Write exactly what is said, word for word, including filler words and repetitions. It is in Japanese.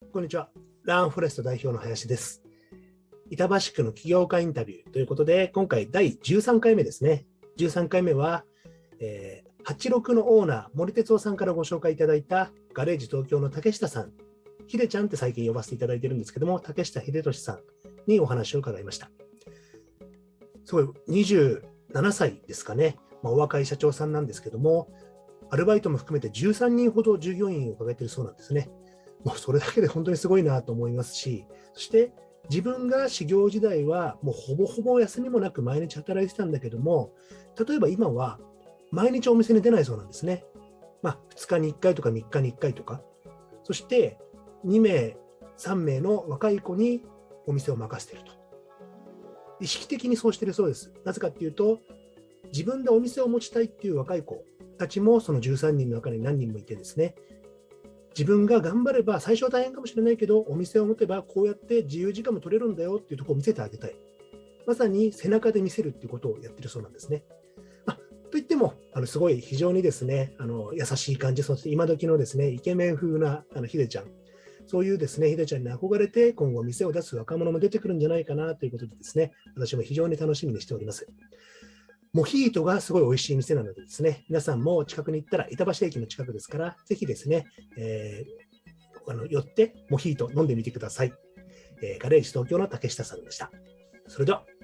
こんにちは。ランフォレスト代表の林です。板橋区の起業家インタビューということで、今回だいじゅうさんかいめですね。じゅうさんかいめは、えー、はちじゅうろくのオーナー、森哲夫さんからご紹介いただいたガレージ東京の竹下さん、ひでちゃんって最近呼ばせていただいてるんですけども、竹下秀俊さんにお話を伺いました。すごい、にじゅうななさいですかね。まあ、お若い社長さんなんですけども、アルバイトも含めてじゅうさんにんほど従業員を抱えているそうなんですね。もうそれだけで本当にすごいなと思いますし、そして自分が修行時代はもうほぼほぼ休みもなく毎日働いてたんだけども、例えば今は毎日お店に出ないそうなんですね。まあ、ふつかにいっかいとかみっかにいっかいとか、そしてにめい、さんめいの若い子にお店を任せていると。意識的にそうしているそうです。なぜかっていうと、自分でお店を持ちたいっていう若い子たちもそのじゅうさんにんの中に何人もいてですね、自分が頑張れば、最初は大変かもしれないけど、お店を持てばこうやって自由時間も取れるんだよっていうところを見せてあげたい。まさに背中で見せるっていうことをやってるそうなんですね。まあ、といっても、あのすごい非常にですね、あの優しい感じ、そして今時のですね、イケメン風なあのヒデちゃん、そういうですね、ヒデちゃんに憧れて今後店を出す若者も出てくるんじゃないかなということでですね、私も非常に楽しみにしております。モヒートがすごい美味しい店なのでですね、皆さんも近くに行ったら板橋駅の近くですから、ぜひですね、えー、あの寄ってモヒート飲んでみてください。えー、ガレージ東京の竹下さんでした。それでは。